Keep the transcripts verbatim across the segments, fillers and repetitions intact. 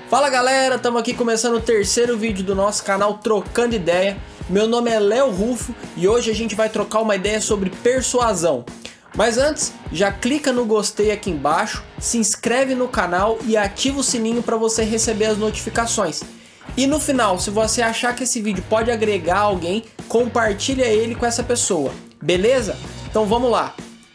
Fala galera, estamos aqui começando o terceiro vídeo do nosso canal Trocando Ideia. Meu nome é Léo Rufo e hoje a gente vai trocar uma ideia sobre persuasão. Mas antes, já clica no gostei aqui embaixo, se inscreve no canal e ativa o sininho para você receber as notificações. E no final, se você achar que esse vídeo pode agregar alguém, compartilha ele com essa pessoa, beleza? Então vamos lá.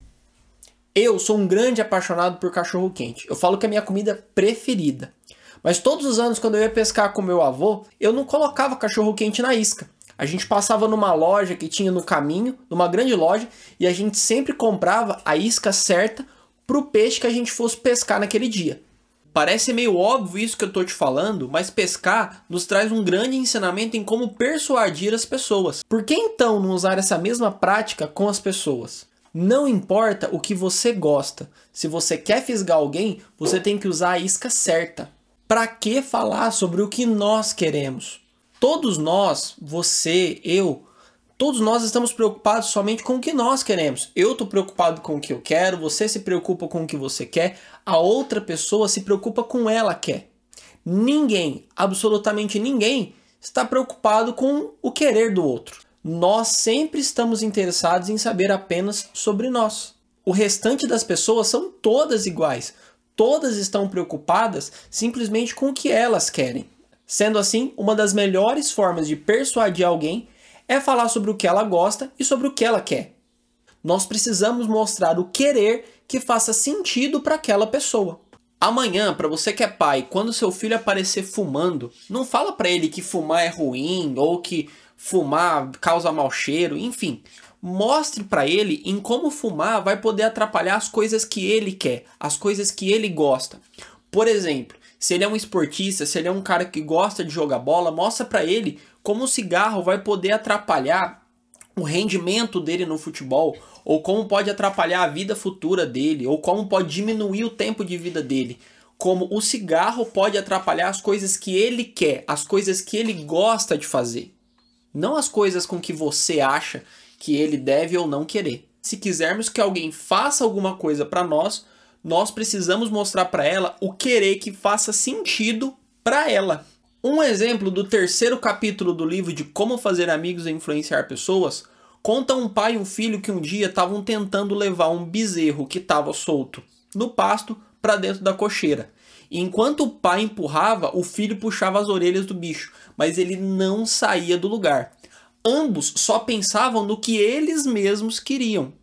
Eu sou um grande apaixonado por cachorro quente. Eu falo que é a minha comida preferida. Mas todos os anos quando eu ia pescar com meu avô, eu não colocava cachorro quente na isca. A gente passava numa loja que tinha no caminho, numa grande loja, e a gente sempre comprava a isca certa para o peixe que a gente fosse pescar naquele dia. Parece meio óbvio isso que eu tô te falando, mas pescar nos traz um grande ensinamento em como persuadir as pessoas. Por que então não usar essa mesma prática com as pessoas? Não importa o que você gosta. Se você quer fisgar alguém, você tem que usar a isca certa. Para que falar sobre o que nós queremos? Todos nós, você, eu, todos nós estamos preocupados somente com o que nós queremos. Eu estou preocupado com o que eu quero, você se preocupa com o que você quer, a outra pessoa se preocupa com o que ela quer. Ninguém, absolutamente ninguém, está preocupado com o querer do outro. Nós sempre estamos interessados em saber apenas sobre nós. O restante das pessoas são todas iguais. Todas estão preocupadas simplesmente com o que elas querem. Sendo assim, uma das melhores formas de persuadir alguém é falar sobre o que ela gosta e sobre o que ela quer. Nós precisamos mostrar o querer que faça sentido para aquela pessoa. Amanhã, para você que é pai, quando seu filho aparecer fumando, não fala para ele que fumar é ruim ou que fumar causa mau cheiro, enfim. Mostre para ele em como fumar vai poder atrapalhar as coisas que ele quer, as coisas que ele gosta. Por exemplo, se ele é um esportista, se ele é um cara que gosta de jogar bola, mostra para ele como o cigarro vai poder atrapalhar o rendimento dele no futebol, ou como pode atrapalhar a vida futura dele, ou como pode diminuir o tempo de vida dele. Como o cigarro pode atrapalhar as coisas que ele quer, as coisas que ele gosta de fazer. Não as coisas com que você acha que ele deve ou não querer. Se quisermos que alguém faça alguma coisa para nós, nós precisamos mostrar para ela o querer que faça sentido para ela. Um exemplo do terceiro capítulo do livro de Como Fazer Amigos e Influenciar Pessoas conta um pai e um filho que um dia estavam tentando levar um bezerro que estava solto no pasto para dentro da cocheira. E enquanto o pai empurrava, o filho puxava as orelhas do bicho, mas ele não saía do lugar. Ambos só pensavam no que eles mesmos queriam.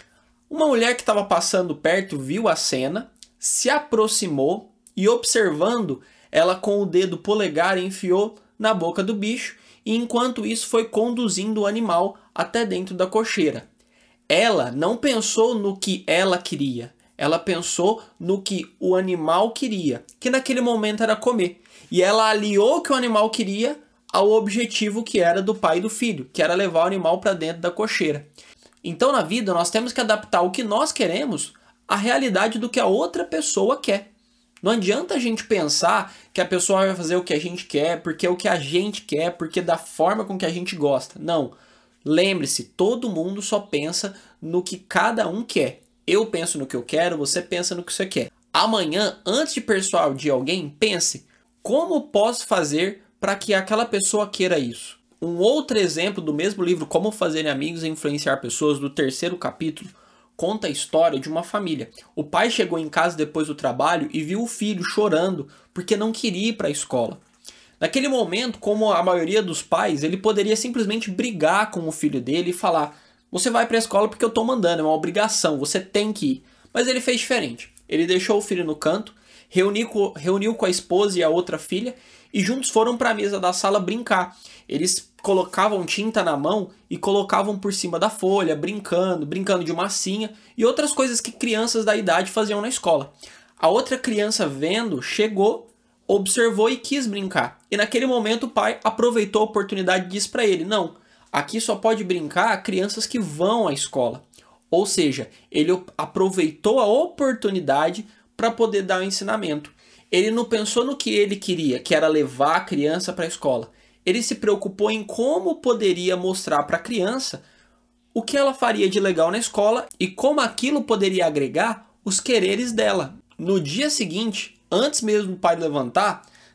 Uma mulher que estava passando perto viu a cena, se aproximou e, observando, ela com o dedo polegar enfiou na boca do bicho e enquanto isso foi conduzindo o animal até dentro da cocheira. Ela não pensou no que ela queria, ela pensou no que o animal queria, que naquele momento era comer. E ela aliou o que o animal queria ao objetivo que era do pai e do filho, que era levar o animal para dentro da cocheira. Então na vida nós temos que adaptar o que nós queremos à realidade do que a outra pessoa quer. Não adianta a gente pensar que a pessoa vai fazer o que a gente quer, porque é o que a gente quer, porque é da forma com que a gente gosta. Não. Lembre-se, todo mundo só pensa no que cada um quer. Eu penso no que eu quero, você pensa no que você quer. Amanhã, antes de persuadir alguém, pense: como posso fazer para que aquela pessoa queira isso? Um outro exemplo do mesmo livro, Como Fazer Amigos e Influenciar Pessoas, do terceiro capítulo, conta a história de uma família. O pai chegou em casa depois do trabalho e viu o filho chorando porque não queria ir para a escola. Naquele momento, como a maioria dos pais, ele poderia simplesmente brigar com o filho dele e falar: você vai para a escola porque eu estou mandando, é uma obrigação, você tem que ir. Mas ele fez diferente. Ele deixou o filho no canto, reuniu com, reuniu com a esposa e a outra filha e juntos foram para a mesa da sala brincar. Eles colocavam tinta na mão e colocavam por cima da folha, brincando, brincando de massinha e outras coisas que crianças da idade faziam na escola. A outra criança vendo, chegou, observou e quis brincar. E naquele momento o pai aproveitou a oportunidade e disse para ele: não, aqui só pode brincar crianças que vão à escola. Ou seja, ele aproveitou a oportunidade para poder dar um ensinamento. Ele não pensou no que ele queria, que era levar a criança para a escola. Ele se preocupou em como poderia mostrar para a criança o que ela faria de legal na escola e como aquilo poderia agregar os quereres dela. No dia seguinte, antes mesmo do pai levantar,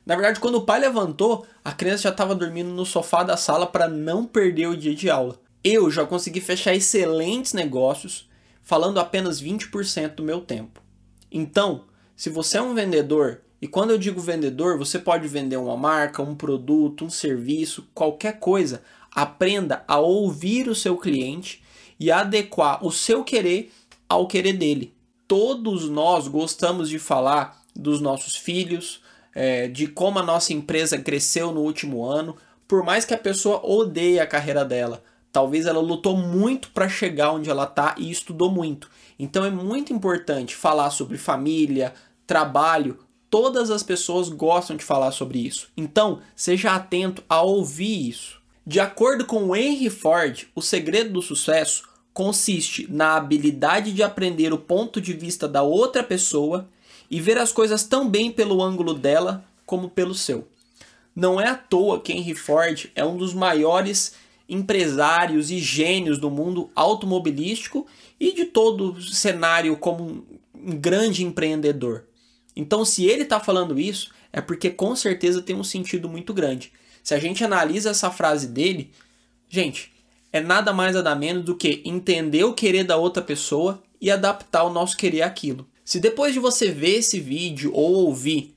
Na verdade, quando o pai levantou, a criança já estava dormindo no sofá da sala para não perder o dia de aula. Eu já consegui fechar excelentes negócios falando apenas vinte por cento do meu tempo. Então, se você é um vendedor, e quando eu digo vendedor, você pode vender uma marca, um produto, um serviço, qualquer coisa, aprenda a ouvir o seu cliente e adequar o seu querer ao querer dele. Todos nós gostamos de falar dos nossos filhos, é, de como a nossa empresa cresceu no último ano, por mais que a pessoa odeie a carreira dela. Talvez ela lutou muito para chegar onde ela está e estudou muito. Então é muito importante falar sobre família, trabalho. Todas as pessoas gostam de falar sobre isso. Então, seja atento a ouvir isso. De acordo com o Henry Ford, o segredo do sucesso consiste na habilidade de aprender o ponto de vista da outra pessoa e ver as coisas tão bem pelo ângulo dela como pelo seu. Não é à toa que Henry Ford é um dos maiores empresários e gênios do mundo automobilístico e de todo o cenário como um grande empreendedor. Então, se ele está falando isso, é porque com certeza tem um sentido muito grande. Se a gente analisa essa frase dele, gente, é nada mais nada menos do que entender o querer da outra pessoa e adaptar o nosso querer àquilo. Se depois de você ver esse vídeo ou ouvir,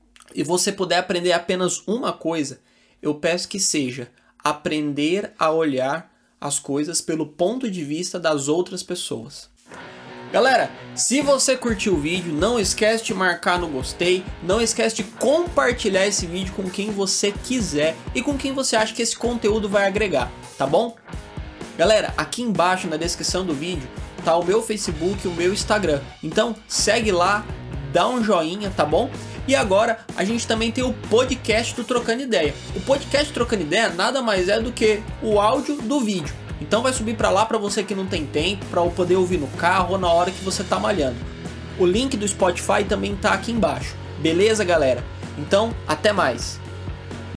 e você puder aprender apenas uma coisa, eu peço que seja aprender a olhar as coisas pelo ponto de vista das outras pessoas. Galera, se você curtiu o vídeo, não esquece de marcar no gostei, não esquece de compartilhar esse vídeo com quem você quiser e com quem você acha que esse conteúdo vai agregar, tá bom? Galera, aqui embaixo na descrição do vídeo tá o meu Facebook e o meu Instagram, então segue lá, dá um joinha, tá bom? E agora a gente também tem o podcast do Trocando Ideia. O podcast Trocando Ideia nada mais é do que o áudio do vídeo. Então vai subir para lá para você que não tem tempo, para poder ouvir no carro ou na hora que você tá malhando. O link do Spotify também tá aqui embaixo. Beleza, galera? Então, até mais!